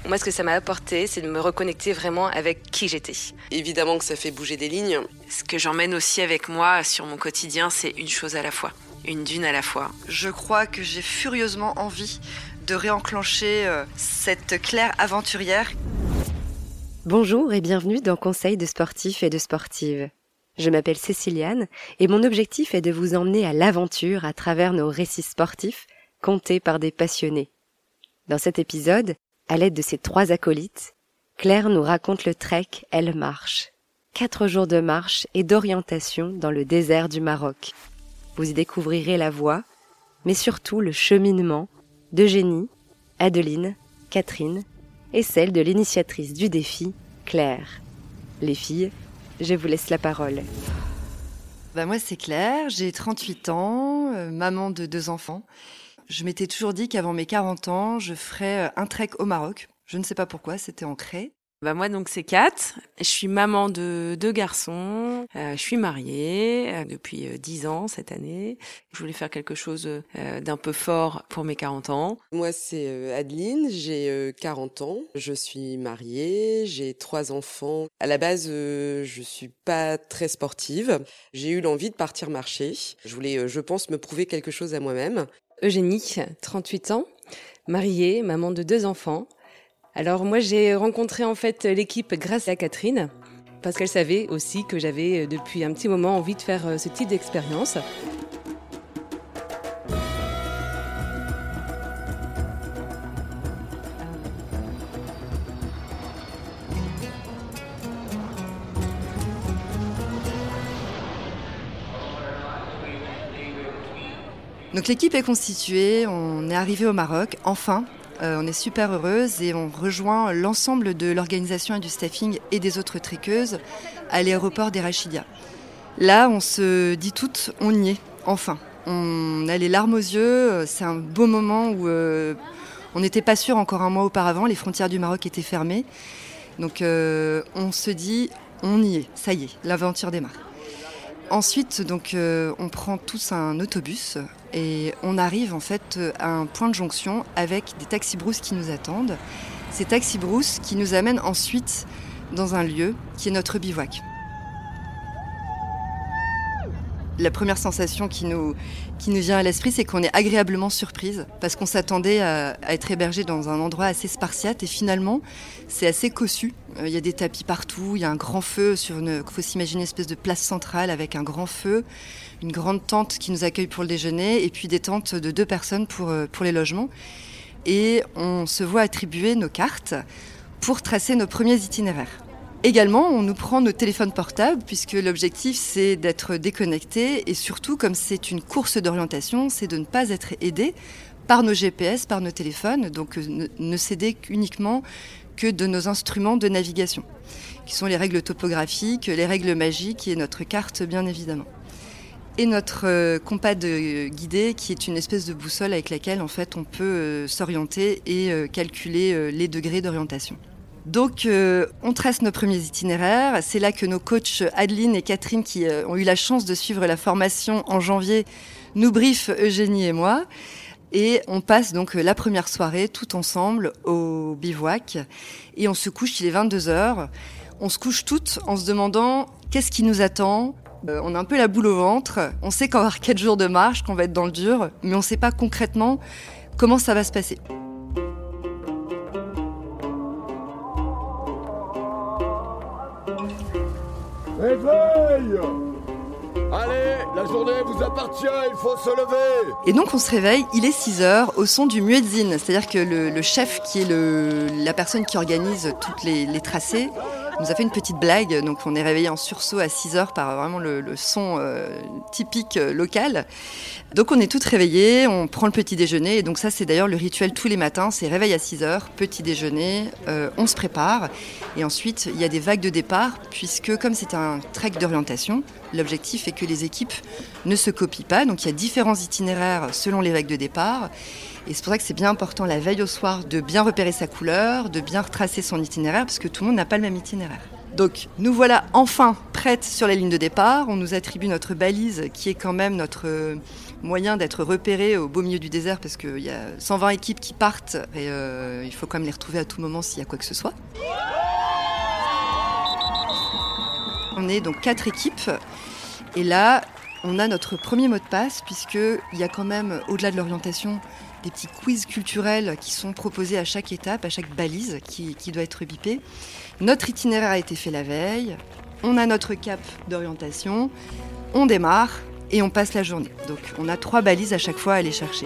Moi, ce que ça m'a apporté, c'est de me reconnecter vraiment avec qui j'étais. Évidemment que ça fait bouger des lignes. Ce que j'emmène aussi avec moi sur mon quotidien, c'est une chose à la fois, une dune à la fois. Je crois que j'ai furieusement envie de réenclencher cette Claire aventurière. Bonjour et bienvenue dans Conseils de sportifs et de sportives. Je m'appelle Céciliane et mon objectif est de vous emmener à l'aventure à travers nos récits sportifs contés par des passionnés. Dans cet épisode, à l'aide de ses 3 acolytes, Claire nous raconte le trek Elle marche. 4 jours de marche et d'orientation dans le désert du Maroc. Vous y découvrirez la voie, mais surtout le cheminement d'Eugénie, Adeline, Catherine et celle de l'initiatrice du défi, Claire. Les filles, je vous laisse la parole. Moi c'est Claire, j'ai 38 ans, maman de 2 enfants. Je m'étais toujours dit qu'avant mes 40 ans, je ferais un trek au Maroc. Je ne sais pas pourquoi, c'était ancré. Moi donc c'est Kat, je suis maman de 2 garçons, je suis mariée depuis 10 ans cette année. Je voulais faire quelque chose d'un peu fort pour mes 40 ans. Moi c'est Adeline, j'ai 40 ans, je suis mariée, j'ai 3 enfants. À la base je suis pas très sportive, j'ai eu l'envie de partir marcher. Je voulais je pense me prouver quelque chose à moi-même. Eugénie, 38 ans, mariée, maman de 2 enfants. Alors moi j'ai rencontré en fait l'équipe grâce à Catherine, parce qu'elle savait aussi que j'avais depuis un petit moment envie de faire ce type d'expérience. Donc l'équipe est constituée, on est arrivé au Maroc, enfin. On est super heureuse et on rejoint l'ensemble de l'organisation et du staffing et des autres trekkeuses à l'aéroport d'Erachidia. Là, on se dit toutes, on y est, enfin. On a les larmes aux yeux, c'est un beau moment où on n'était pas sûr encore un mois auparavant, les frontières du Maroc étaient fermées. Donc on se dit, on y est, ça y est, l'aventure démarre. Ensuite, donc, on prend tous un autobus et on arrive en fait à un point de jonction avec des taxi-brousses qui nous attendent. Ces taxi-brousses qui nous amènent ensuite dans un lieu qui est notre bivouac. La première sensation qui nous vient à l'esprit, c'est qu'on est agréablement surprise parce qu'on s'attendait à être hébergé dans un endroit assez spartiate et finalement, c'est assez cossu. Il y a des tapis partout, il y a un grand feu faut s'imaginer une espèce de place centrale avec un grand feu, une grande tente qui nous accueille pour le déjeuner et puis des tentes de 2 personnes pour les logements. Et on se voit attribuer nos cartes pour tracer nos premiers itinéraires. Également, on nous prend nos téléphones portables puisque l'objectif c'est d'être déconnecté et surtout comme c'est une course d'orientation, c'est de ne pas être aidé par nos GPS, par nos téléphones, donc ne s'aider uniquement que de nos instruments de navigation, qui sont les règles topographiques, les règles magiques et notre carte bien évidemment. Et notre compas de guidée qui est une espèce de boussole avec laquelle en fait on peut s'orienter et calculer les degrés d'orientation. Donc, on trace nos premiers itinéraires. C'est là que nos coachs Adeline et Catherine, qui ont eu la chance de suivre la formation en janvier, nous briefent Eugénie et moi. Et on passe donc la première soirée tout ensemble au bivouac. Et on se couche, il est 22h. On se couche toutes en se demandant qu'est-ce qui nous attend. On a un peu la boule au ventre. On sait qu'on va avoir 4 jours de marche, qu'on va être dans le dur. Mais on ne sait pas concrètement comment ça va se passer. Réveille! Allez, la journée vous appartient, il faut se lever! Et donc on se réveille, il est 6h au son du muezzin, c'est-à-dire que le chef qui est la personne qui organise toutes les tracés nous a fait une petite blague, donc on est réveillé en sursaut à 6h par vraiment le son typique local. Donc on est toutes réveillées, on prend le petit déjeuner, et donc ça c'est d'ailleurs le rituel tous les matins, c'est réveil à 6h, petit déjeuner, on se prépare, et ensuite il y a des vagues de départ, puisque comme c'est un trek d'orientation, l'objectif est que les équipes ne se copient pas, donc il y a différents itinéraires selon les vagues de départ, et c'est pour ça que c'est bien important la veille au soir de bien repérer sa couleur, de bien retracer son itinéraire, parce que tout le monde n'a pas le même itinéraire. Donc nous voilà enfin prêtes sur la ligne de départ, on nous attribue notre balise qui est quand même notre moyen d'être repéré au beau milieu du désert parce qu'il y a 120 équipes qui partent et il faut quand même les retrouver à tout moment s'il y a quoi que ce soit. On est donc 4 équipes et là, on a notre premier mot de passe puisqu'il y a quand même, au-delà de l'orientation, des petits quiz culturels qui sont proposés à chaque étape, à chaque balise qui doit être bipée. Notre itinéraire a été fait la veille, on a notre cap d'orientation, on démarre et on passe la journée. Donc on a 3 balises à chaque fois à aller chercher.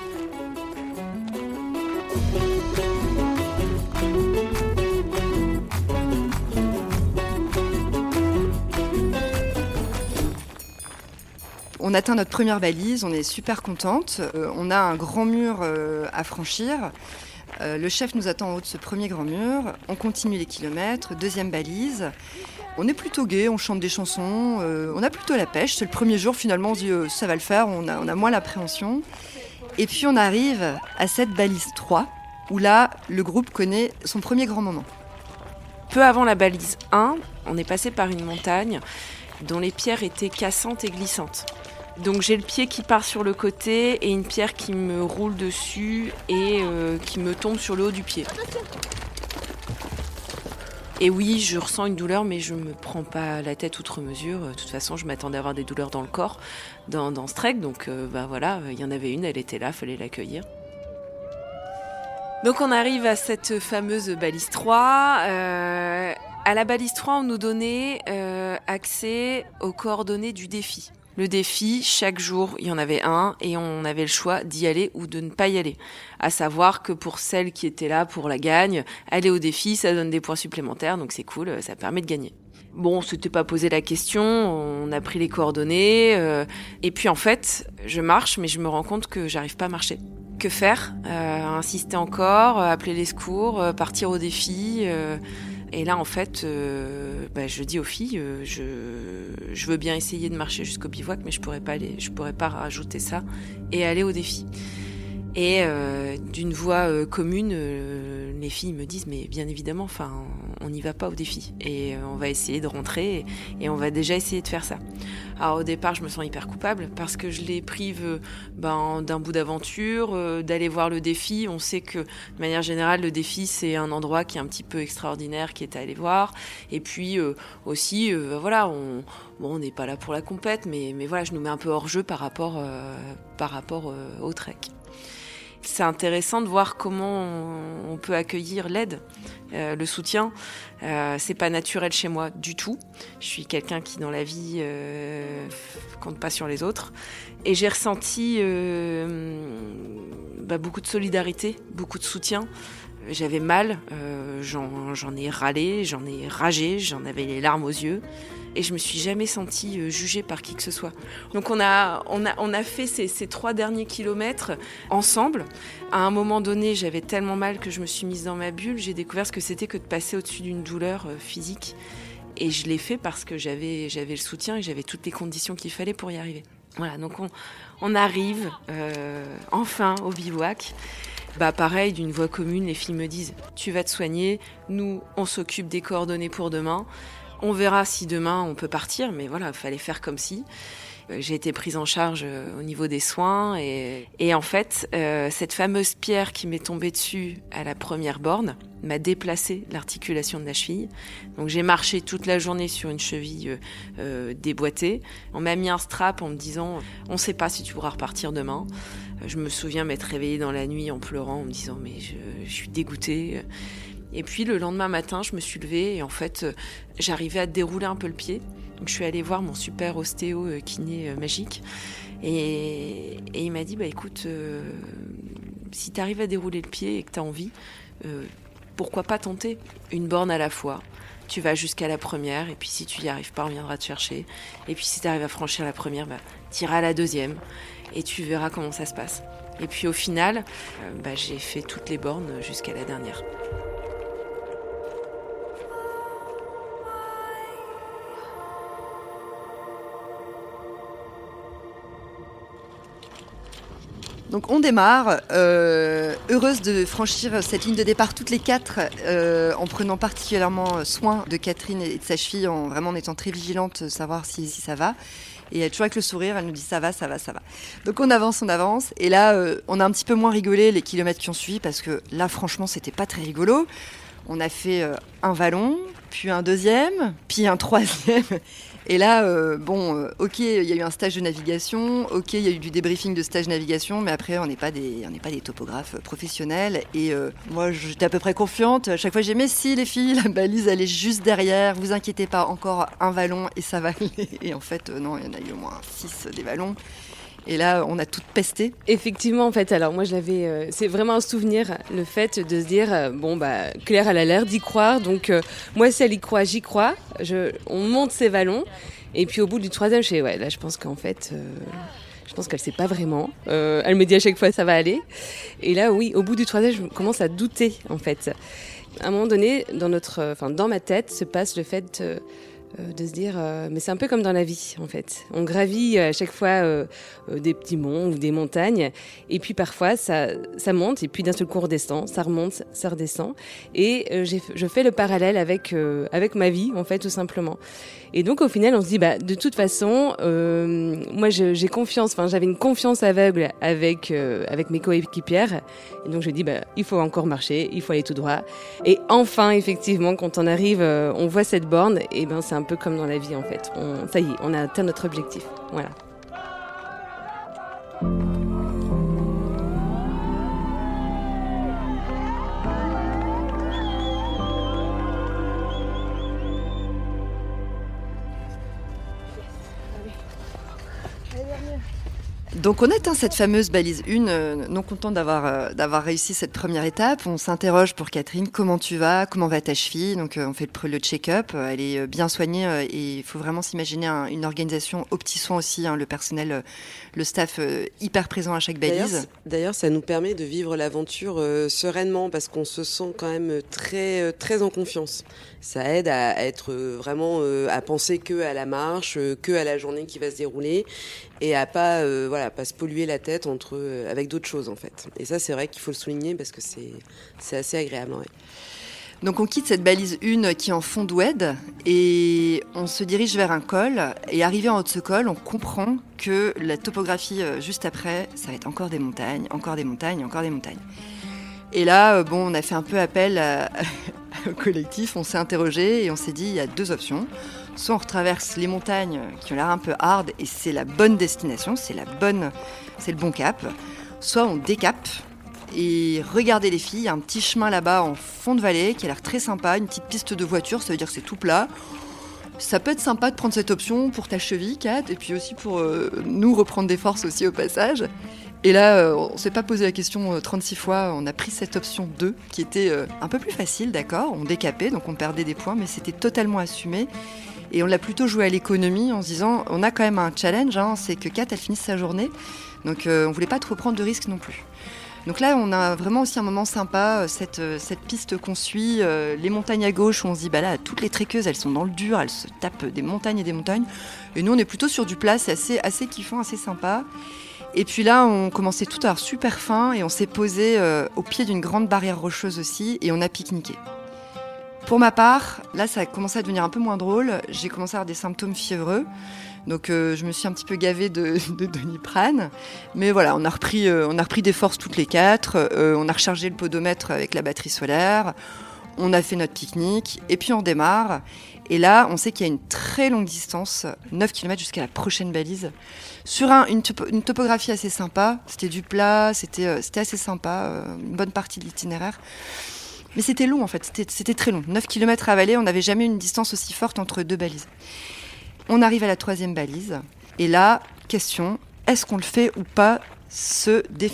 On atteint notre première balise, on est super contente. On a un grand mur à franchir. Le chef nous attend en haut de ce premier grand mur. On continue les kilomètres, deuxième balise. On est plutôt gai, on chante des chansons, on a plutôt la pêche. C'est le premier jour, finalement, on se dit ça va le faire, on a moins l'appréhension. Et puis on arrive à cette balise 3, où là, le groupe connaît son premier grand moment. Peu avant la balise 1, on est passé par une montagne dont les pierres étaient cassantes et glissantes. Donc j'ai le pied qui part sur le côté et une pierre qui me roule dessus et qui me tombe sur le haut du pied. Et oui, je ressens une douleur, mais je me prends pas la tête outre mesure. De toute façon, je m'attendais à avoir des douleurs dans le corps, dans ce trek. Donc voilà, il y en avait une, elle était là, fallait l'accueillir. Donc on arrive à cette fameuse balise 3. À la balise 3, on nous donnait accès aux coordonnées du défi. Le défi, chaque jour, il y en avait un et on avait le choix d'y aller ou de ne pas y aller. À savoir que pour celles qui étaient là pour la gagne, aller au défi, ça donne des points supplémentaires, donc c'est cool, ça permet de gagner. Bon, on s'était pas posé la question, on a pris les coordonnées, et puis en fait, je marche, mais je me rends compte que j'arrive pas à marcher. Que faire ? Insister encore, appeler les secours, partir au défi. Et là, en fait, je dis aux filles, je veux bien essayer de marcher jusqu'au bivouac, mais je pourrais pas rajouter ça et aller au défi. Et d'une voix commune, les filles me disent, mais bien évidemment, on n'y va pas au défi. Et on va essayer de rentrer et on va déjà essayer de faire ça. Alors au départ, je me sens hyper coupable parce que je les prive d'un bout d'aventure, d'aller voir le défi. On sait que de manière générale, le défi, c'est un endroit qui est un petit peu extraordinaire, qui est à aller voir. Et puis aussi, on n'est pas là pour la compète, mais voilà, je nous mets un peu hors jeu par rapport au trek. C'est intéressant de voir comment on peut accueillir l'aide, le soutien. C'est pas naturel chez moi du tout. Je suis quelqu'un qui, dans la vie, compte pas sur les autres. Et j'ai ressenti beaucoup de solidarité, beaucoup de soutien. J'avais mal, j'en ai râlé, j'en ai ragé, j'en avais les larmes aux yeux. Et je me suis jamais sentie jugée par qui que ce soit. Donc on a fait ces 3 derniers kilomètres ensemble. À un moment donné, j'avais tellement mal que je me suis mise dans ma bulle. J'ai découvert ce que c'était que de passer au-dessus d'une douleur physique. Et je l'ai fait parce que j'avais le soutien et j'avais toutes les conditions qu'il fallait pour y arriver. Voilà, donc on arrive enfin au bivouac. Pareil, d'une voix commune, les filles me disent « Tu vas te soigner, nous, on s'occupe des coordonnées pour demain. On verra si demain on peut partir, mais voilà, il fallait faire comme si. » J'ai été prise en charge au niveau des soins et en fait, cette fameuse pierre qui m'est tombée dessus à la première borne m'a déplacé l'articulation de la cheville. Donc j'ai marché toute la journée sur une cheville déboîtée. On m'a mis un strap en me disant « On ne sait pas si tu pourras repartir demain ». Je me souviens m'être réveillée dans la nuit en pleurant, en me disant « Mais je suis dégoûtée ». Et puis le lendemain matin, je me suis levée et en fait, j'arrivais à dérouler un peu le pied. Donc je suis allée voir mon super ostéo kiné magique et il m'a dit écoute, si tu arrives à dérouler le pied et que tu as envie, pourquoi pas tenter une borne à la fois. Tu vas jusqu'à la première et puis si tu n'y arrives pas, on viendra te chercher. Et puis si tu arrives à franchir la première, tu iras à la deuxième et tu verras comment ça se passe. Et puis au final, j'ai fait toutes les bornes jusqu'à la dernière. Donc on démarre, heureuse de franchir cette ligne de départ toutes les 4 en prenant particulièrement soin de Catherine et de sa cheville, en vraiment étant très vigilante, savoir si ça va. Et elle est toujours avec le sourire, elle nous dit ça va. Donc on avance. Et là, on a un petit peu moins rigolé les kilomètres qui ont suivi parce que là, franchement, c'était pas très rigolo. On a fait un vallon, puis un deuxième, puis un troisième. Et là, ok, il y a eu un stage de navigation, ok, il y a eu du débriefing de stage de navigation, mais après, on n'est pas des topographes professionnels. Et moi, j'étais à peu près confiante. À chaque fois, j'ai dit, mais si, les filles, la balise, elle est juste derrière. Vous inquiétez pas, encore un vallon et ça va aller. Et en fait, non, il y en a eu au moins 6 des vallons. Et là, on a toutes pesté. Effectivement, en fait, alors moi, c'est vraiment un souvenir, le fait de se dire, Claire, elle a l'air d'y croire, donc moi, si elle y croit, j'y crois. On monte ces vallons, et puis au bout du 3e, je pense qu'en fait, je pense qu'elle sait pas vraiment. Elle me dit à chaque fois, ça va aller. Et là, oui, au bout du 3e, je commence à douter, en fait. À un moment donné, dans ma tête, se passe le fait de se dire, mais c'est un peu comme dans la vie en fait. On gravit à chaque fois des petits monts ou des montagnes, et puis parfois ça monte, et puis d'un seul coup on redescend, ça remonte, ça redescend, et je fais le parallèle avec ma vie en fait, tout simplement. Et donc au final on se dit, de toute façon, moi j'ai confiance, j'avais une confiance aveugle avec mes coéquipières, et donc je dis, il faut encore marcher, il faut aller tout droit. Et enfin effectivement quand on arrive, on voit cette borne, et c'est un peu comme dans la vie en fait. Ça y est, on a atteint notre objectif. Voilà. Donc on atteint cette fameuse balise 1, non content d'avoir réussi cette première étape. On s'interroge pour Catherine, comment tu vas, comment va ta cheville. Donc on fait le check-up, elle est bien soignée et il faut vraiment s'imaginer une organisation aux petits soins aussi, le personnel, le staff hyper présent à chaque balise. D'ailleurs, ça nous permet de vivre l'aventure sereinement parce qu'on se sent quand même très, très en confiance. Ça aide à être vraiment, à penser que à la marche, que à la journée qui va se dérouler et à pas se polluer la tête avec d'autres choses en fait. Et ça, c'est vrai qu'il faut le souligner parce que c'est assez agréable. Ouais. Donc on quitte cette balise 1 qui est en fond d'oued et on se dirige vers un col. Et arrivé en haut de ce col, on comprend que la topographie juste après, ça va être encore des montagnes, encore des montagnes, encore des montagnes. Et là, on a fait un peu appel au collectif, on s'est interrogé et on s'est dit, il y a 2 options. Soit on retraverse les montagnes qui ont l'air un peu hard et c'est la bonne destination, c'est le bon cap. Soit on décape et regardez les filles, il y a un petit chemin là-bas en fond de vallée qui a l'air très sympa, une petite piste de voiture, ça veut dire que c'est tout plat. Ça peut être sympa de prendre cette option pour ta cheville, Kat, et puis aussi pour nous reprendre des forces aussi au passage. Et là, on ne s'est pas posé la question 36 fois, on a pris cette option 2 qui était un peu plus facile, d'accord. On décapait, donc on perdait des points, mais c'était totalement assumé. Et on l'a plutôt joué à l'économie en se disant, on a quand même un challenge, c'est que Kat, elle finisse sa journée. Donc on ne voulait pas trop prendre de risques non plus. Donc là, on a vraiment aussi un moment sympa, cette piste qu'on suit, les montagnes à gauche où on se dit, là, toutes les trekkeuses, elles sont dans le dur, elles se tapent des montagnes et des montagnes. Et nous, on est plutôt sur du plat, c'est assez kiffant, assez sympa. Et puis là, on commençait tout à avoir super faim et on s'est posé au pied d'une grande barrière rocheuse aussi et on a pique-niqué. Pour ma part, là, ça a commencé à devenir un peu moins drôle. J'ai commencé à avoir des symptômes fiévreux. Donc, je me suis un petit peu gavée de Doliprane. Mais voilà, on a repris des forces toutes les 4. On a rechargé le podomètre avec la batterie solaire. On a fait notre pique-nique. Et puis, on démarre. Et là, on sait qu'il y a une très longue distance, 9 km jusqu'à la prochaine balise. Sur une topographie assez sympa. C'était du plat, c'était assez sympa. Une bonne partie de l'itinéraire. Mais c'était long en fait, c'était très long. 9 km à avaler, on n'avait jamais eu une distance aussi forte entre 2 balises. On arrive à la 3e balise, et là, question, est-ce qu'on le fait ou pas, ce défi ?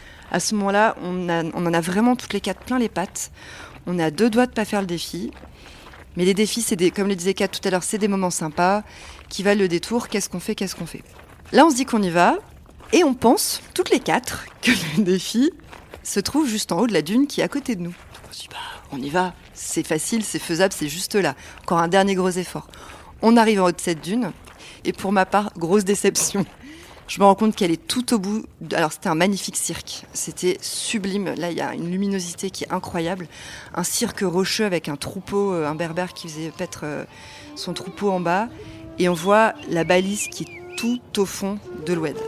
À ce moment-là, on en a vraiment toutes les 4 plein les pattes. On est à 2 doigts de ne pas faire le défi. Mais les défis, comme le disait Kat tout à l'heure, c'est des moments sympas qui valent le détour. Qu'est-ce qu'on fait ? Là, on se dit qu'on y va, et on pense, toutes les 4, que le défi se trouve juste en haut de la dune qui est à côté de nous. On se dit, on y va, c'est facile, c'est faisable, c'est juste là. Encore un dernier gros effort. On arrive en haut de cette dune, et pour ma part, grosse déception. Je me rends compte qu'elle est tout au bout. Alors, c'était un magnifique cirque. C'était sublime. Là, il y a une luminosité qui est incroyable. Un cirque rocheux avec un troupeau, un berbère qui faisait paître son troupeau en bas. et on voit la balise qui est tout au fond de l'oued.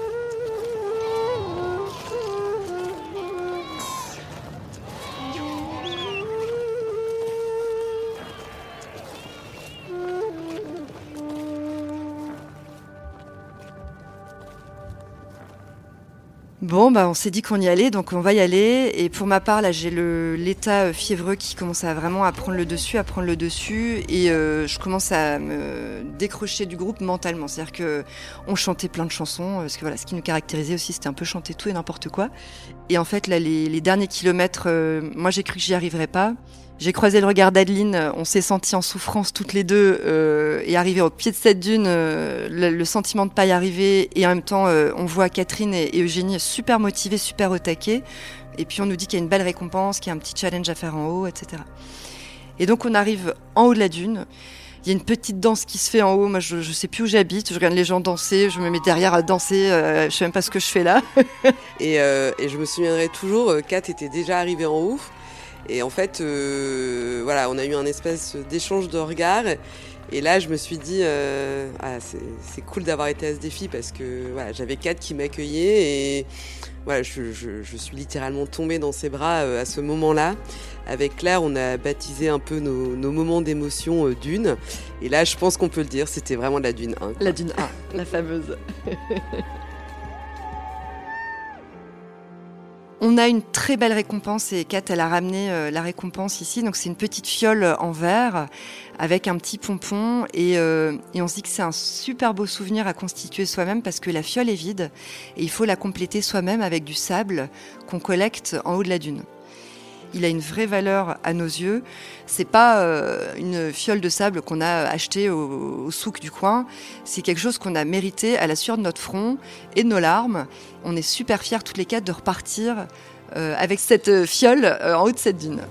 Bon, on s'est dit qu'on y allait, donc on va y aller. Et pour ma part, là, j'ai l'état fiévreux qui commence à vraiment prendre le dessus. Et je commence à me décrocher du groupe mentalement. C'est-à-dire qu'on chantait plein de chansons. Parce que voilà, ce qui nous caractérisait aussi, c'était un peu chanter tout et n'importe quoi. Et en fait, là, les derniers kilomètres, moi, j'ai cru que j'y arriverais pas. J'ai croisé le regard d'Adeline, on s'est sentis en souffrance toutes les deux, et arrivé au pied de cette dune, le sentiment de pas y arriver, et en même temps, on voit Catherine et Eugénie super motivées, super au taquet, et puis on nous dit qu'il y a une belle récompense, qu'il y a un petit challenge à faire en haut, etc. Et donc on arrive en haut de la dune. Il y a une petite danse qui se fait en haut. Moi, je sais plus où j'habite. Je regarde les gens danser. Je me mets derrière à danser. Je sais même pas ce que je fais là. Et je me souviendrai toujours, Kat était déjà arrivée en haut. Et en fait, on a eu un espèce d'échange de regards. Et là, je me suis dit, c'est cool d'avoir été à ce défi parce que j'avais Kat qui m'accueillait. Et je suis littéralement tombée dans ses bras à ce moment-là. Avec Claire, on a baptisé un peu nos moments d'émotion dune. Et là, je pense qu'on peut le dire, c'était vraiment la dune 1. La dune 1, la fameuse. On a une très belle récompense et Kat, elle a ramené la récompense ici. Donc c'est une petite fiole en verre avec un petit pompon et on se dit que c'est un super beau souvenir à constituer soi-même parce que la fiole est vide et il faut la compléter soi-même avec du sable qu'on collecte en haut de la dune. Il a une vraie valeur à nos yeux. C'est pas une fiole de sable qu'on a achetée au souk du coin. C'est quelque chose qu'on a mérité à la sueur de notre front et de nos larmes. On est super fiers toutes les quatre de repartir avec cette fiole en haut de cette dune.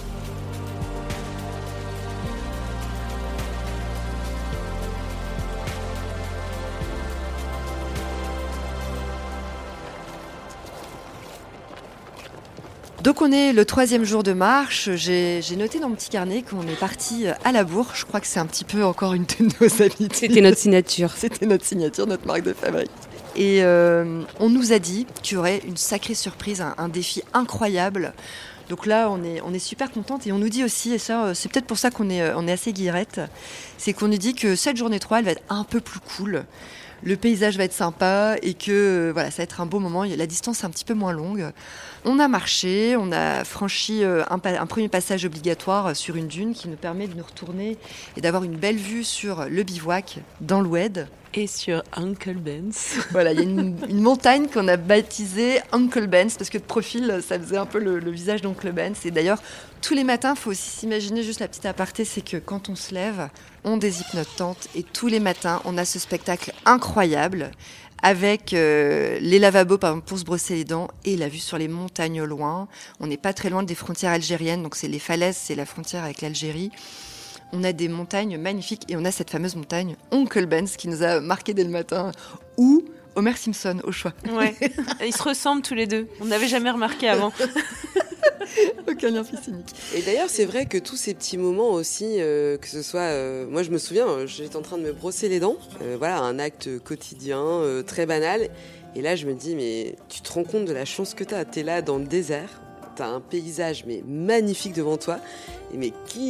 Donc on est le 3e jour de marche, j'ai noté dans mon petit carnet qu'on est parti à la bourre, je crois que c'est un petit peu encore une de nos habitudes. C'était notre signature. C'était notre signature, notre marque de fabrique. Et on nous a dit qu'il y aurait une sacrée surprise, un défi incroyable. Donc là on est super contente et on nous dit aussi, et ça c'est peut-être pour ça qu'on est assez guillerette, c'est qu'on nous dit que cette journée 3 elle va être un peu plus cool. Le paysage va être sympa et que ça va être un beau moment. La distance est un petit peu moins longue. On a marché, on a franchi un premier passage obligatoire sur une dune qui nous permet de nous retourner et d'avoir une belle vue sur le bivouac dans l'oued. Et sur Uncle Ben's. Voilà, il y a une montagne qu'on a baptisée Uncle Ben's parce que de profil, ça faisait un peu le visage d'Uncle Ben's. Et d'ailleurs, tous les matins, il faut aussi s'imaginer, juste la petite aparté, c'est que quand on se lève, on dézippe notre tente et tous les matins, on a ce spectacle incroyable avec les lavabos par exemple, pour se brosser les dents et la vue sur les montagnes au loin. On n'est pas très loin des frontières algériennes, donc c'est les falaises, c'est la frontière avec l'Algérie. On a des montagnes magnifiques et on a cette fameuse montagne Uncle Ben's qui nous a marqué dès le matin, ou Homer Simpson au choix. Ouais, ils se ressemblent tous les deux. On n'avait jamais remarqué avant. Aucun lien physique. Et d'ailleurs, c'est vrai que tous ces petits moments aussi, que ce soit... moi, je me souviens, j'étais en train de me brosser les dents. Un acte quotidien, très banal. Et là, je me dis, mais tu te rends compte de la chance que t'as. T'es là dans le désert. T'as un paysage mais magnifique devant toi. Mais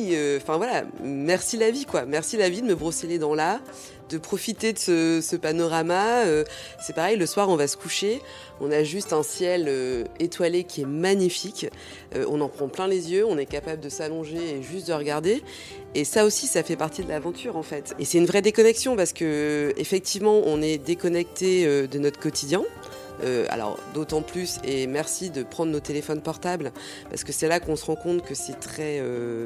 merci la vie, quoi. Merci la vie de me brosser les dents là, de profiter de ce panorama. C'est pareil, le soir, on va se coucher. On a juste un ciel étoilé qui est magnifique. On en prend plein les yeux. On est capable de s'allonger et juste de regarder. Et ça aussi, ça fait partie de l'aventure, en fait. Et c'est une vraie déconnexion parce que, effectivement, on est déconnecté de notre quotidien. Alors d'autant plus, et merci de prendre nos téléphones portables parce que c'est là qu'on se rend compte que c'est très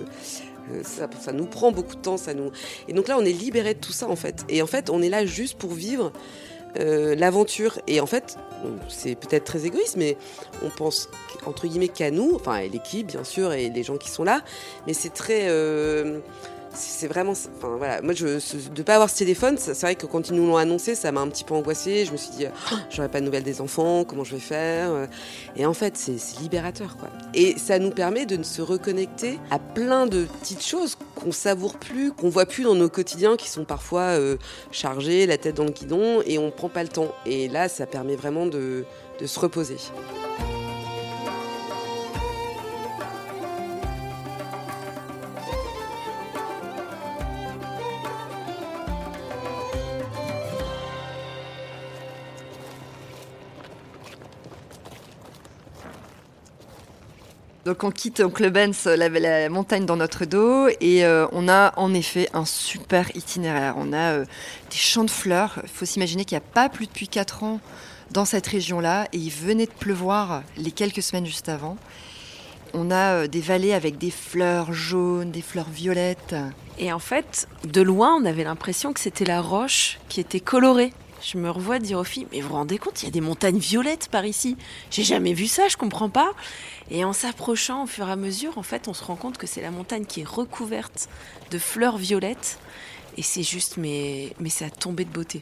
ça nous prend beaucoup de temps, et donc là on est libéré de tout ça en fait, et en fait on est là juste pour vivre l'aventure, et en fait c'est peut-être très égoïste mais on pense entre guillemets qu'à nous, enfin et l'équipe bien sûr et les gens qui sont là, mais c'est très C'est vraiment, enfin voilà, moi de pas avoir ce téléphone, c'est vrai que quand ils nous l'ont annoncé, ça m'a un petit peu angoissée. Je me suis dit, j'aurai pas de nouvelles des enfants, comment je vais faire? Et en fait, c'est libérateur, quoi. Et ça nous permet de se reconnecter à plein de petites choses qu'on savoure plus, qu'on voit plus dans nos quotidiens, qui sont parfois chargés, la tête dans le guidon, et on prend pas le temps. Et là, ça permet vraiment de se reposer. Donc on quitte Oncle Ben's, la montagne dans notre dos et on a en effet un super itinéraire. On a des champs de fleurs. Il faut s'imaginer qu'il n'y a pas plu depuis 4 ans dans cette région-là et il venait de pleuvoir les quelques semaines juste avant. On a des vallées avec des fleurs jaunes, des fleurs violettes. Et en fait, de loin, on avait l'impression que c'était la roche qui était colorée. Je me revois dire aux filles, mais vous vous rendez compte, il y a des montagnes violettes par ici. J'ai jamais vu ça, je comprends pas. Et en s'approchant au fur et à mesure, en fait, on se rend compte que c'est la montagne qui est recouverte de fleurs violettes. Et c'est juste, mais c'est à tomber de beauté.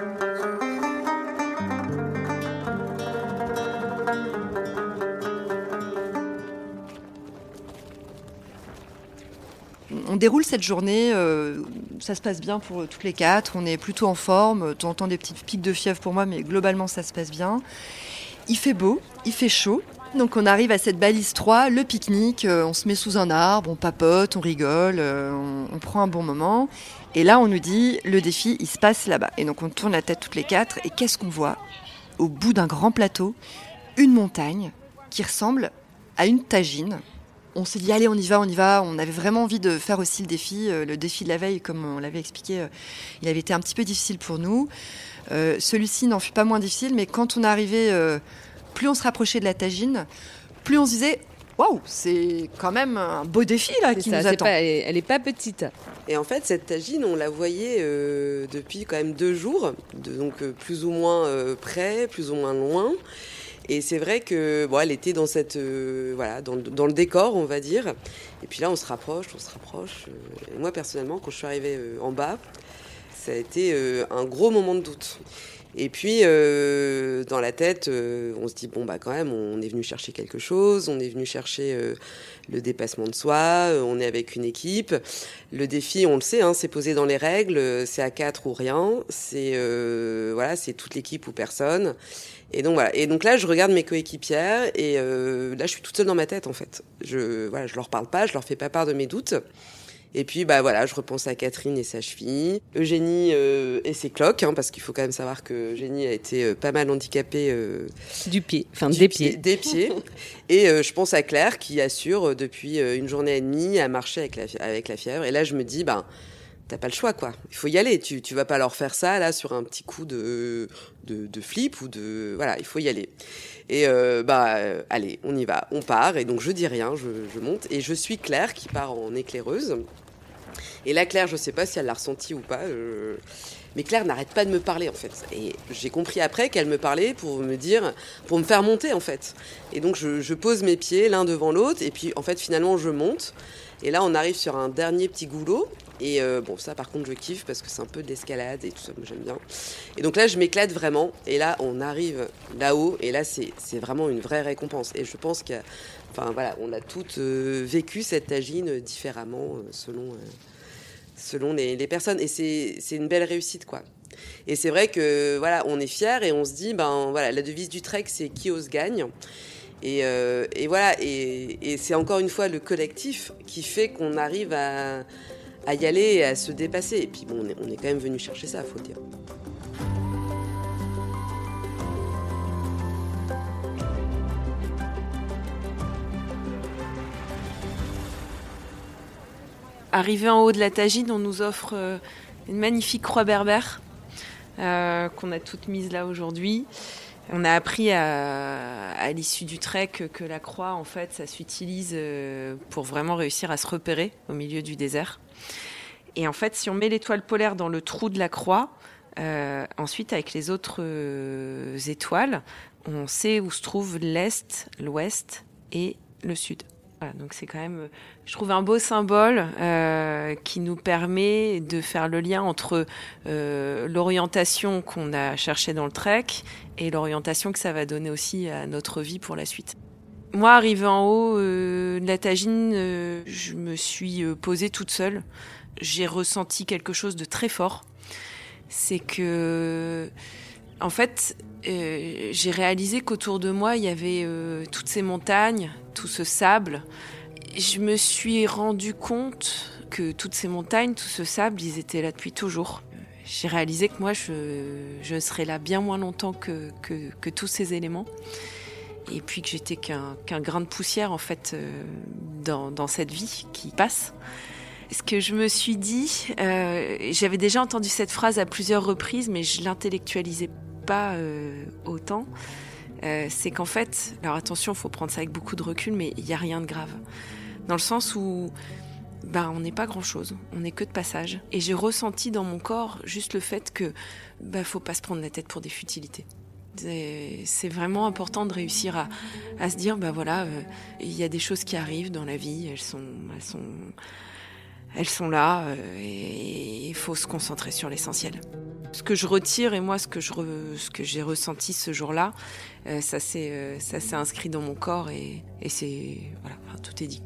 On déroule cette journée, ça se passe bien pour toutes les 4, on est plutôt en forme, de temps en temps des petites pics de fièvre pour moi, mais globalement ça se passe bien. Il fait beau, il fait chaud, donc on arrive à cette balise 3, le pique-nique, on se met sous un arbre, on papote, on rigole, on prend un bon moment. Et là on nous dit, le défi il se passe là-bas. Et donc on tourne la tête toutes les 4, et qu'est-ce qu'on voit? Au bout d'un grand plateau, une montagne qui ressemble à une tagine. On s'est dit, allez, on y va. On avait vraiment envie de faire aussi le défi. Le défi de la veille, comme on l'avait expliqué, il avait été un petit peu difficile pour nous. Celui-ci n'en fut pas moins difficile, mais quand on arrivait, plus on se rapprochait de la tagine, plus on se disait, waouh, c'est quand même un beau défi là qui nous attend. Elle est pas petite. Et en fait, cette tagine, on la voyait depuis quand même 2 jours, donc plus ou moins près, plus ou moins loin. Et c'est vrai que elle était dans cette dans le décor, on va dire. Et puis là, on se rapproche. Et moi, personnellement, quand je suis arrivée en bas, ça a été un gros moment de doute. Et puis, dans la tête, on se dit, quand même, on est venu chercher quelque chose, on est venu chercher le dépassement de soi, on est avec une équipe. Le défi, on le sait, c'est posé dans les règles, c'est à 4 ou rien, c'est toute l'équipe ou personne. Et donc voilà. Et donc là, je regarde mes coéquipières et là, je suis toute seule dans ma tête en fait. Je leur parle pas, je leur fais pas part de mes doutes. Et puis je repense à Catherine et sa cheville, Eugénie et ses cloques, parce qu'il faut quand même savoir que Eugénie a été pas mal handicapée des pieds. Et je pense à Claire qui assure depuis une journée et demie à marcher avec la fièvre. Et là, je me dis t'as pas le choix, quoi. Il faut y aller. Tu vas pas leur faire ça, là, sur un petit coup de flip ou de... Voilà, il faut y aller. Et allez, on y va. On part. Et donc, je dis rien, je monte. Et je suis Claire qui part en éclaireuse. Et là, Claire, je sais pas si elle l'a ressenti ou pas. Mais Claire n'arrête pas de me parler, en fait. Et j'ai compris après qu'elle me parlait pour me faire monter, en fait. Et donc, je pose mes pieds l'un devant l'autre. Et puis, en fait, finalement, je monte. Et là, on arrive sur un dernier petit goulot. Et ça, par contre, je kiffe parce que c'est un peu de l'escalade et tout ça, moi, j'aime bien. Et donc là, je m'éclate vraiment. Et là, on arrive là-haut. Et là, c'est vraiment une vraie récompense. Et je pense on a toutes vécu cette tagine différemment selon les personnes. Et c'est une belle réussite, quoi. Et c'est vrai que, on est fiers et on se dit, la devise du trek, c'est qui ose gagne. Et c'est encore une fois le collectif qui fait qu'on arrive à y aller et à se dépasser. Et puis on est quand même venu chercher ça, faut le dire. Arrivé en haut de la tagine, on nous offre une magnifique croix berbère qu'on a toute mise là aujourd'hui. On a appris à l'issue du trek que la croix, en fait, ça s'utilise pour vraiment réussir à se repérer au milieu du désert. Et en fait, si on met l'étoile polaire dans le trou de la croix, ensuite, avec les autres étoiles, on sait où se trouvent l'Est, l'Ouest et le Sud. Voilà, donc c'est quand même, je trouve, un beau symbole qui nous permet de faire le lien entre l'orientation qu'on a cherchée dans le trek et l'orientation que ça va donner aussi à notre vie pour la suite. Moi, arrivée en haut de la Tagine, je me suis posée toute seule. J'ai ressenti quelque chose de très fort. C'est que, en fait, j'ai réalisé qu'autour de moi, il y avait toutes ces montagnes, tout ce sable. Je me suis rendu compte que toutes ces montagnes, tout ce sable, ils étaient là depuis toujours. J'ai réalisé que moi, je serais là bien moins longtemps que tous ces éléments. Et puis que j'étais qu'un grain de poussière, en fait, dans cette vie qui passe. Ce que je me suis dit, j'avais déjà entendu cette phrase à plusieurs reprises, mais je l'intellectualisais pas autant. C'est qu'en fait, alors attention, il faut prendre ça avec beaucoup de recul, mais il n'y a rien de grave. Dans le sens où on n'est pas grand-chose, on n'est que de passage. Et j'ai ressenti dans mon corps juste le fait que faut pas se prendre la tête pour des futilités. C'est vraiment important de réussir à se dire, il y a des choses qui arrivent dans la vie, elles sont là et il faut se concentrer sur l'essentiel. Ce que je retire et moi, ce que j'ai ressenti ce jour-là, ça s'est inscrit dans mon corps et c'est, voilà, tout est dit.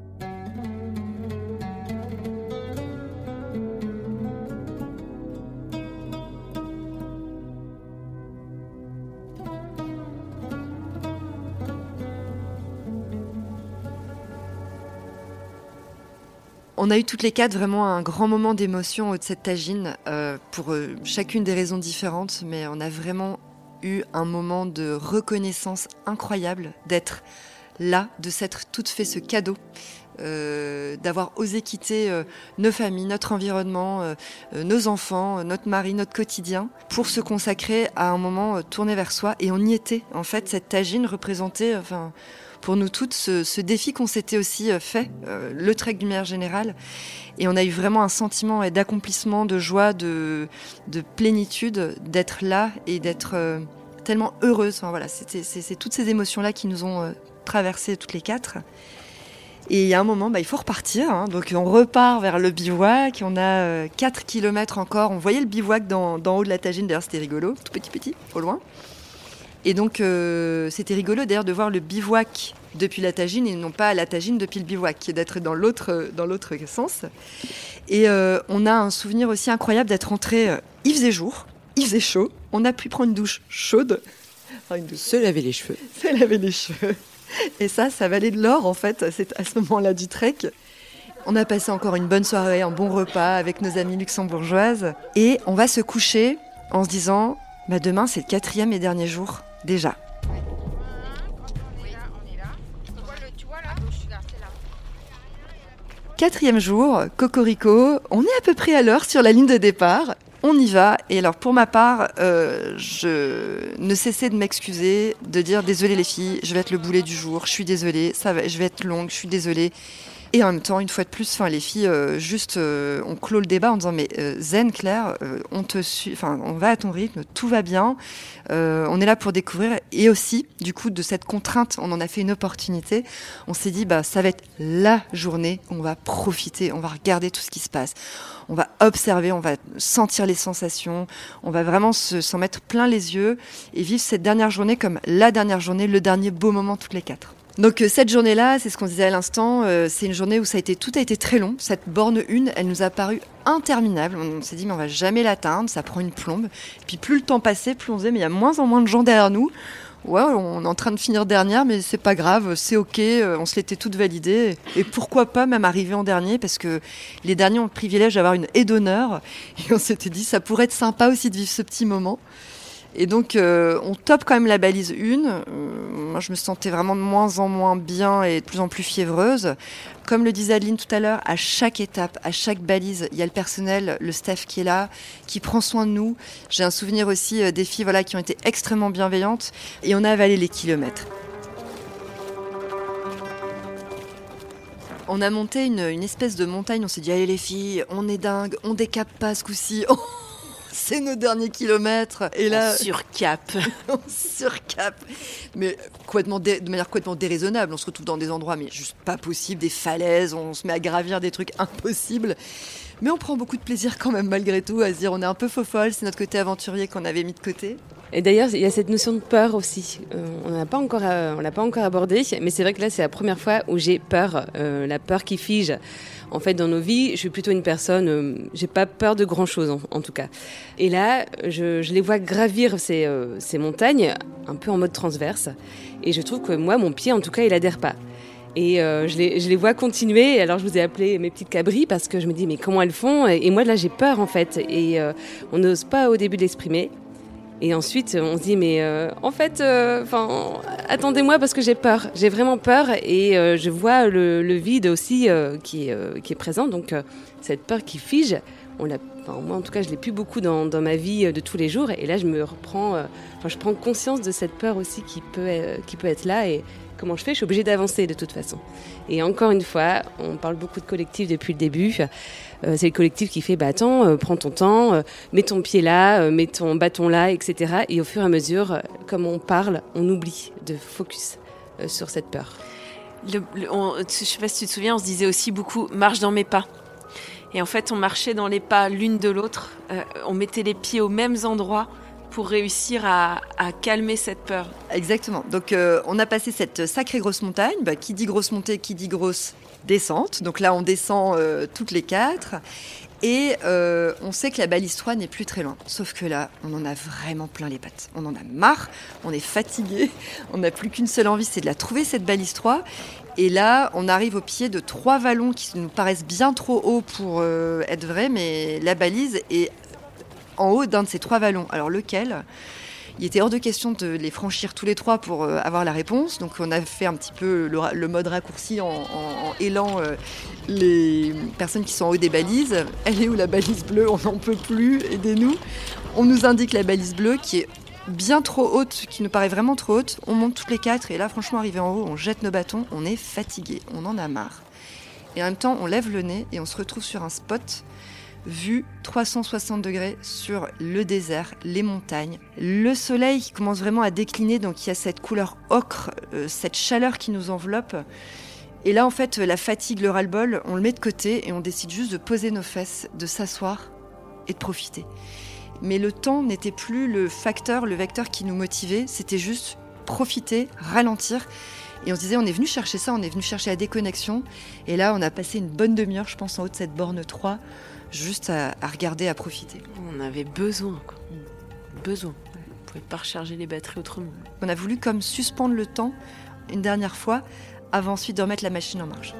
On a eu toutes les quatre vraiment un grand moment d'émotion au haut de cette Tagine, pour chacune des raisons différentes, mais on a vraiment eu un moment de reconnaissance incroyable d'être là, de s'être toutes fait ce cadeau, d'avoir osé quitter nos familles, notre environnement, nos enfants, notre mari, notre quotidien, pour se consacrer à un moment tourné vers soi. Et on y était. En fait, cette Tagine représentait... pour nous toutes, ce défi qu'on s'était aussi fait, le trek d'une manière générale. Et on a eu vraiment un sentiment d'accomplissement, de joie, de plénitude, d'être là et d'être tellement heureuse. Enfin, voilà, c'est toutes ces émotions-là qui nous ont traversées toutes les quatre. Et il y a un moment, il faut repartir. Hein. Donc on repart vers le bivouac. On a 4 kilomètres encore. On voyait le bivouac d'en haut de la Tagine. D'ailleurs, c'était rigolo, tout petit, au loin. Et donc, c'était rigolo d'ailleurs de voir le bivouac depuis la Tagine et non pas la Tagine depuis le bivouac, d'être dans l'autre sens. Et on a un souvenir aussi incroyable d'être rentré. Il faisait jour, il faisait chaud, on a pu prendre une douche chaude. Enfin, Se laver les cheveux. Et ça valait de l'or en fait, c'est à ce moment-là du trek. On a passé encore une bonne soirée, un bon repas avec nos amies luxembourgeoises. Et on va se coucher en se disant, demain c'est le 4e et dernier jour. Déjà. Quatrième jour, cocorico, on est à peu près à l'heure sur la ligne de départ. On y va. Et alors pour ma part, je ne cessais de m'excuser, de dire désolé les filles, je vais être le boulet du jour, je suis désolée, je vais être longue, je suis désolée. Et en même temps, une fois de plus, les filles, on clôt le débat en disant mais zen Claire, on va à ton rythme, tout va bien, on est là pour découvrir. Et aussi, du coup, de cette contrainte, on en a fait une opportunité. On s'est dit ça va être la journée, on va profiter, on va regarder tout ce qui se passe, on va observer, on va sentir les sensations, on va vraiment s'en mettre plein les yeux et vivre cette dernière journée comme la dernière journée, le dernier beau moment toutes les quatre. Donc cette journée-là, c'est ce qu'on disait à l'instant, c'est une journée où tout a été très long. Cette borne 1, elle nous a paru interminable. On s'est dit mais on va jamais l'atteindre, ça prend une plombe. Et puis plus le temps passait, plus on disait mais il y a moins en moins de gens derrière nous. Ouais, on est en train de finir dernière, mais c'est pas grave, c'est ok, on se l'était toutes validées. Et pourquoi pas même arriver en dernier, parce que les derniers ont le privilège d'avoir une haie d'honneur. Et on s'était dit ça pourrait être sympa aussi de vivre ce petit moment. Et donc, on top quand même la balise 1. Moi, je me sentais vraiment de moins en moins bien et de plus en plus fiévreuse. Comme le disait Adeline tout à l'heure, à chaque étape, à chaque balise, il y a le personnel, le staff qui est là, qui prend soin de nous. J'ai un souvenir aussi des filles qui ont été extrêmement bienveillantes. Et on a avalé les kilomètres. On a monté une espèce de montagne. On s'est dit, allez les filles, on est dingue, on décape pas ce coup-ci. c'est nos derniers kilomètres. Et là, on surcape. On surcape. Mais de manière complètement déraisonnable. On se retrouve dans des endroits, mais juste pas possible, des falaises, on se met à gravir des trucs impossibles. Mais on prend beaucoup de plaisir quand même, malgré tout, à se dire on est un peu faux-folle, c'est notre côté aventurier qu'on avait mis de côté. Et d'ailleurs, il y a cette notion de peur aussi. On l'a pas encore abordée, mais c'est vrai que là, c'est la première fois où j'ai peur, la peur qui fige. En fait, dans nos vies, je suis plutôt une personne, j'ai pas peur de grand-chose en tout cas. Et là, je les vois gravir ces montagnes, un peu en mode transverse. Et je trouve que moi, mon pied, en tout cas, il adhère pas. Et je les vois continuer. Alors je vous ai appelé mes petites cabris parce que je me dis mais comment elles font ? Et moi là, j'ai peur en fait. Et on n'ose pas au début l'exprimer. Et ensuite, on se dit, mais en fait, attendez-moi parce que j'ai peur. J'ai vraiment peur et je vois le vide aussi qui est présent. Donc, cette peur qui fige, moi, en tout cas, je ne l'ai plus beaucoup dans ma vie de tous les jours. Et là, je prends conscience de cette peur aussi qui peut être là. Et comment je fais ? Je suis obligée d'avancer de toute façon. Et encore une fois, on parle beaucoup de collectif depuis le début. C'est le collectif qui fait, attends, prends ton temps, mets ton pied là, mets ton bâton là, etc. Et au fur et à mesure, comme on parle, on oublie de focus sur cette peur. Je sais pas si tu te souviens, on se disait aussi beaucoup « marche dans mes pas ». Et en fait, on marchait dans les pas l'une de l'autre. On mettait les pieds aux mêmes endroits pour réussir à calmer cette peur. Exactement. Donc, on a passé cette sacrée grosse montagne. Qui dit grosse montée, qui dit grosse descente. Donc là, on descend toutes les 4. Et on sait que la balise 3 n'est plus très loin. Sauf que là, on en a vraiment plein les pattes. On en a marre, on est fatigué. On n'a plus qu'une seule envie, c'est de la trouver, cette balise 3. Et là, on arrive au pied de 3 vallons qui nous paraissent bien trop hauts pour être vrais. Mais la balise est en haut d'un de ces 3 vallons. Alors lequel ? Il était hors de question de les franchir tous les 3 pour avoir la réponse. Donc on a fait un petit peu le mode raccourci en hélant les personnes qui sont en haut des balises. Elle est où la balise bleue ? On n'en peut plus, aidez-nous. On nous indique la balise bleue qui est bien trop haute, qui nous paraît vraiment trop haute. On monte toutes les 4 et là franchement arrivé en haut, on jette nos bâtons, on est fatigué, on en a marre. Et en même temps on lève le nez et on se retrouve sur un spot vue 360 degrés sur le désert, les montagnes, le soleil qui commence vraiment à décliner, donc il y a cette couleur ocre, cette chaleur qui nous enveloppe. Et là, en fait, la fatigue, le ras-le-bol, on le met de côté et on décide juste de poser nos fesses, de s'asseoir et de profiter. Mais le temps n'était plus le vecteur qui nous motivait, c'était juste profiter, ralentir. Et on se disait, on est venu chercher ça, on est venu chercher la déconnexion. Et là, on a passé une bonne demi-heure, je pense, en haut de cette borne 3, juste à regarder, à profiter. On avait besoin, quoi. Besoin. On ne pouvait pas recharger les batteries autrement. On a voulu comme suspendre le temps une dernière fois, avant ensuite de remettre la machine en marche.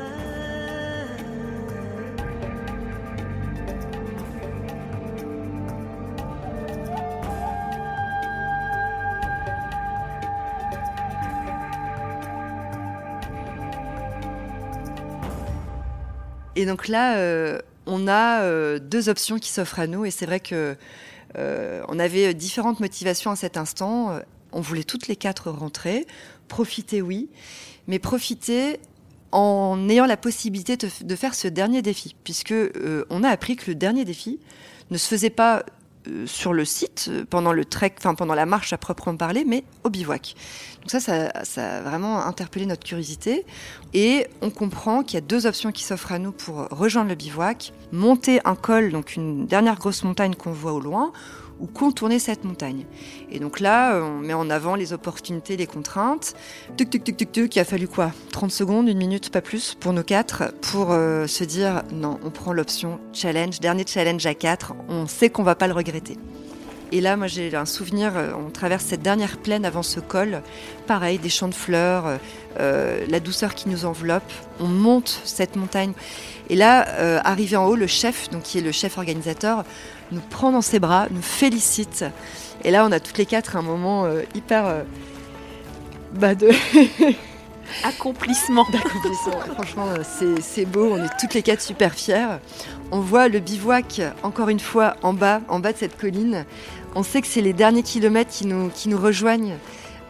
Et donc là, on a 2 options qui s'offrent à nous. Et c'est vrai qu'on avait différentes motivations à cet instant. On voulait toutes les 4 rentrer. Profiter, oui. Mais profiter en ayant la possibilité de faire ce dernier défi. Puisque on a appris que le dernier défi ne se faisait pas sur le site, pendant le trek, pendant la marche à proprement parler, mais au bivouac. Donc ça a vraiment interpellé notre curiosité. Et on comprend qu'il y a 2 options qui s'offrent à nous pour rejoindre le bivouac. Monter un col, donc une dernière grosse montagne qu'on voit au loin, ou contourner cette montagne. Et donc là, on met en avant les opportunités, les contraintes. Tuc, tuc, tuc, tuc, tuc, il a fallu quoi ? 30 secondes, 1 minute, pas plus, pour nos 4, pour se dire, non, on prend l'option challenge, dernier challenge à 4, on sait qu'on va pas le regretter. Et là, moi, j'ai un souvenir, on traverse cette dernière plaine avant ce col, pareil, des champs de fleurs, la douceur qui nous enveloppe, on monte cette montagne. Et là, arrivé en haut, le chef, donc qui est le chef organisateur, nous prend dans ses bras, nous félicite. Et là, on a toutes les 4 un moment hyper de accomplissement. Franchement, c'est beau. On est toutes les 4 super fiers. On voit le bivouac encore une fois en bas de cette colline. On sait que c'est les derniers kilomètres qui nous rejoignent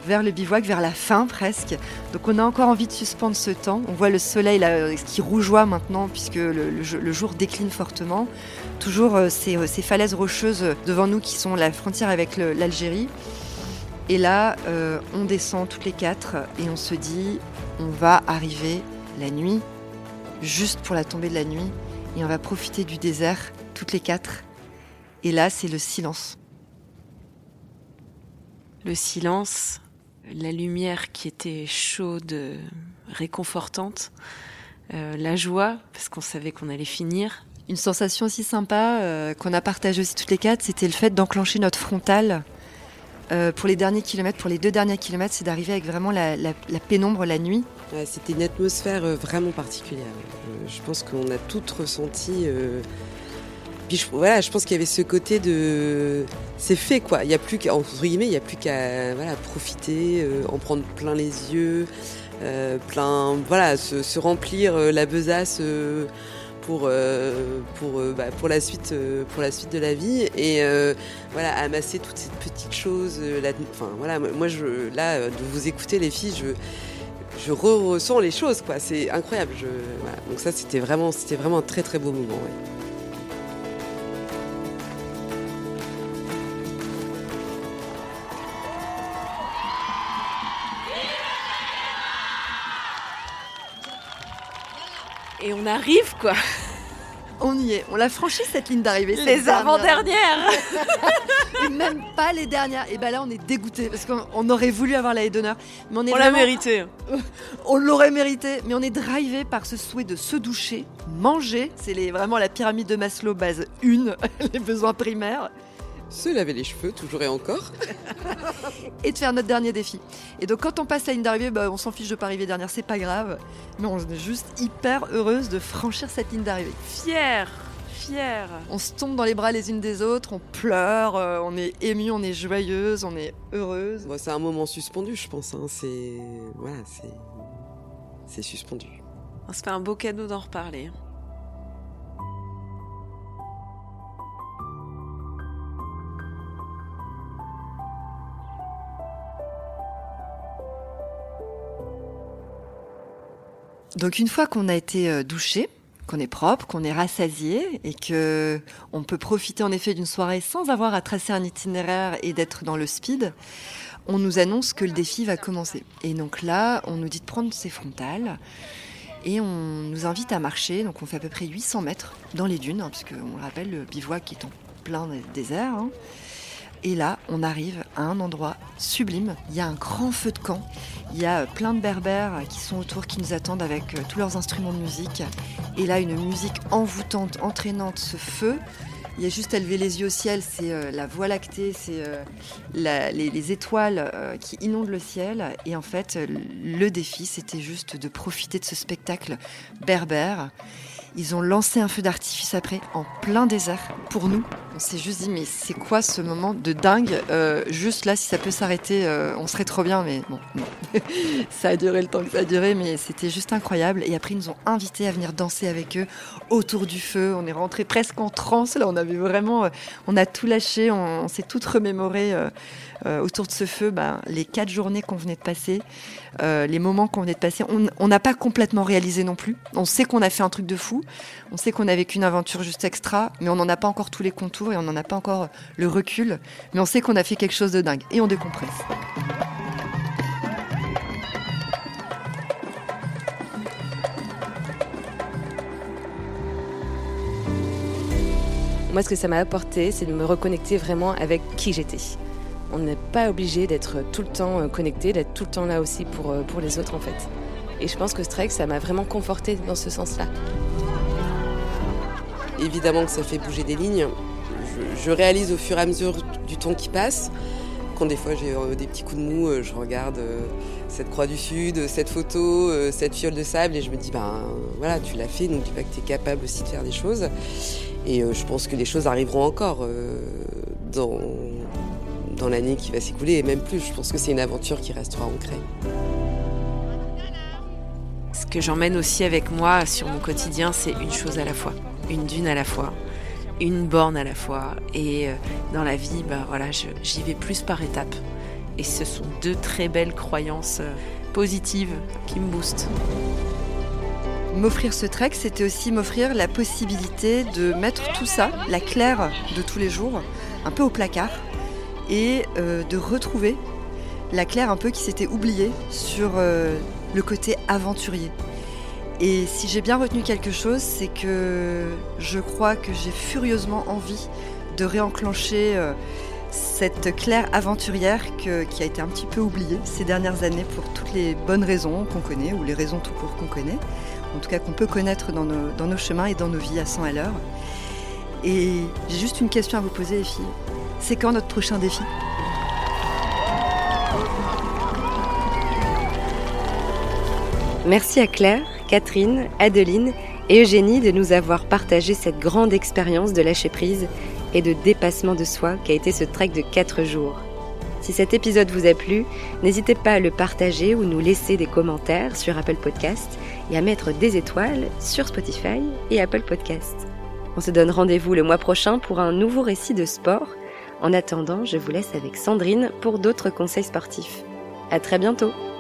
vers le bivouac, vers la fin presque. Donc on a encore envie de suspendre ce temps. On voit le soleil là, qui rougeoie maintenant puisque le jour décline fortement. Toujours ces falaises rocheuses devant nous qui sont la frontière avec l'Algérie. Et là, on descend toutes les 4 et on se dit, on va arriver la nuit, juste pour la tombée de la nuit, et on va profiter du désert toutes les 4. Et là, c'est le silence. Le silence, la lumière qui était chaude, réconfortante, la joie, parce qu'on savait qu'on allait finir. Une sensation aussi sympa qu'on a partagée aussi toutes les 4, c'était le fait d'enclencher notre frontale. Pour les derniers kilomètres, pour les 2 derniers kilomètres, c'est d'arriver avec vraiment la pénombre la nuit. Ouais, c'était une atmosphère vraiment particulière. Je pense qu'on a toutes ressenti. Puis je pense qu'il y avait ce côté de, c'est fait quoi. Il y a plus qu'à, entre guillemets, il y a plus qu'à profiter, en prendre plein les yeux, se remplir la besace. Pour la suite de la vie et amasser toutes ces petites choses moi de vous écouter les filles, je ressens les choses quoi, c'est incroyable, donc ça c'était vraiment un très très beau moment, ouais. Et on arrive, quoi. On y est. On l'a franchi, cette ligne d'arrivée. Les avant-dernières. Et même pas les dernières. Et ben là, on est dégoûtés parce qu'on aurait voulu avoir la haie d'honneur. Mais on l'a mérité. On l'aurait mérité. Mais on est drivé par ce souhait de se doucher, manger. C'est vraiment la pyramide de Maslow, base 1, les besoins primaires. Se laver les cheveux, toujours et encore. Et de faire notre dernier défi. Et donc quand on passe la ligne d'arrivée, on s'en fiche de pas arriver dernière, c'est pas grave. Mais on est juste hyper heureuse de franchir cette ligne d'arrivée. Fière. On se tombe dans les bras les unes des autres, on pleure, on est ému, on est joyeuse, on est heureuse. C'est un moment suspendu, je pense. Hein. C'est suspendu. On se fait un beau cadeau d'en reparler. Donc une fois qu'on a été douché, qu'on est propre, qu'on est rassasié et que on peut profiter en effet d'une soirée sans avoir à tracer un itinéraire et d'être dans le speed, on nous annonce que le défi va commencer. Et donc là, on nous dit de prendre ses frontales et on nous invite à marcher. Donc on fait à peu près 800 mètres dans les dunes, puisque on le rappelle, le bivouac est en plein désert. Et là, on arrive à un endroit sublime. Il y a un grand feu de camp. Il y a plein de berbères qui sont autour, qui nous attendent avec tous leurs instruments de musique. Et là, une musique envoûtante, entraînante, ce feu. Il y a juste à lever les yeux au ciel, c'est la Voie lactée, c'est les étoiles qui inondent le ciel. Et en fait, le défi, c'était juste de profiter de ce spectacle berbère. Ils ont lancé un feu d'artifice après, en plein désert, pour nous. On s'est juste dit, mais c'est quoi ce moment de dingue ? Juste là, si ça peut s'arrêter, on serait trop bien, mais bon, non. Ça a duré le temps que ça a duré, mais c'était juste incroyable. Et après, ils nous ont invités à venir danser avec eux autour du feu. On est rentrés presque en transe, là, on avait vraiment... on a tout lâché, on s'est toutes remémoré autour de ce feu, les 4 journées qu'on venait de passer, les moments qu'on venait de passer. On n'a pas complètement réalisé non plus. On sait qu'on a fait un truc de fou. On sait qu'on a vécu une aventure juste extra, mais on n'en a pas encore tous les contours et on n'en a pas encore le recul. Mais on sait qu'on a fait quelque chose de dingue. Et on décompresse. Moi, ce que ça m'a apporté, c'est de me reconnecter vraiment avec qui j'étais. On n'est pas obligé d'être tout le temps connecté, d'être tout le temps là aussi pour les autres, en fait. Et je pense que ce trek, ça m'a vraiment confortée dans ce sens-là. Évidemment que ça fait bouger des lignes. Je réalise au fur et à mesure du temps qui passe. Quand des fois j'ai des petits coups de mou, je regarde cette croix du Sud, cette photo, cette fiole de sable et je me dis, voilà, tu l'as fait, n'oublie pas que tu es capable aussi de faire des choses. Et je pense que les choses arriveront encore dans l'année qui va s'écouler et même plus. Je pense que c'est une aventure qui restera ancrée. Ce que j'emmène aussi avec moi sur mon quotidien, c'est une chose à la fois, une dune à la fois, une borne à la fois. Et dans la vie, j'y vais plus par étapes. Et ce sont 2 très belles croyances positives qui me boostent. M'offrir ce trek, c'était aussi m'offrir la possibilité de mettre tout ça, la Claire de tous les jours, un peu au placard, et de retrouver la Claire un peu qui s'était oubliée sur le côté aventurier. Et si j'ai bien retenu quelque chose, c'est que je crois que j'ai furieusement envie de réenclencher cette Claire aventurière qui a été un petit peu oubliée ces dernières années pour toutes les bonnes raisons qu'on connaît, ou les raisons tout court qu'on connaît, en tout cas qu'on peut connaître dans nos chemins et dans nos vies à 100 à l'heure. Et j'ai juste une question à vous poser, les filles. C'est quand notre prochain défi ? Merci à Claire, Catherine, Adeline et Eugénie de nous avoir partagé cette grande expérience de lâcher prise et de dépassement de soi qu'a été ce trek de 4 jours. Si cet épisode vous a plu, n'hésitez pas à le partager ou nous laisser des commentaires sur Apple Podcasts et à mettre des étoiles sur Spotify et Apple Podcasts. On se donne rendez-vous le mois prochain pour un nouveau récit de sport. En attendant, je vous laisse avec Sandrine pour d'autres conseils sportifs. À très bientôt!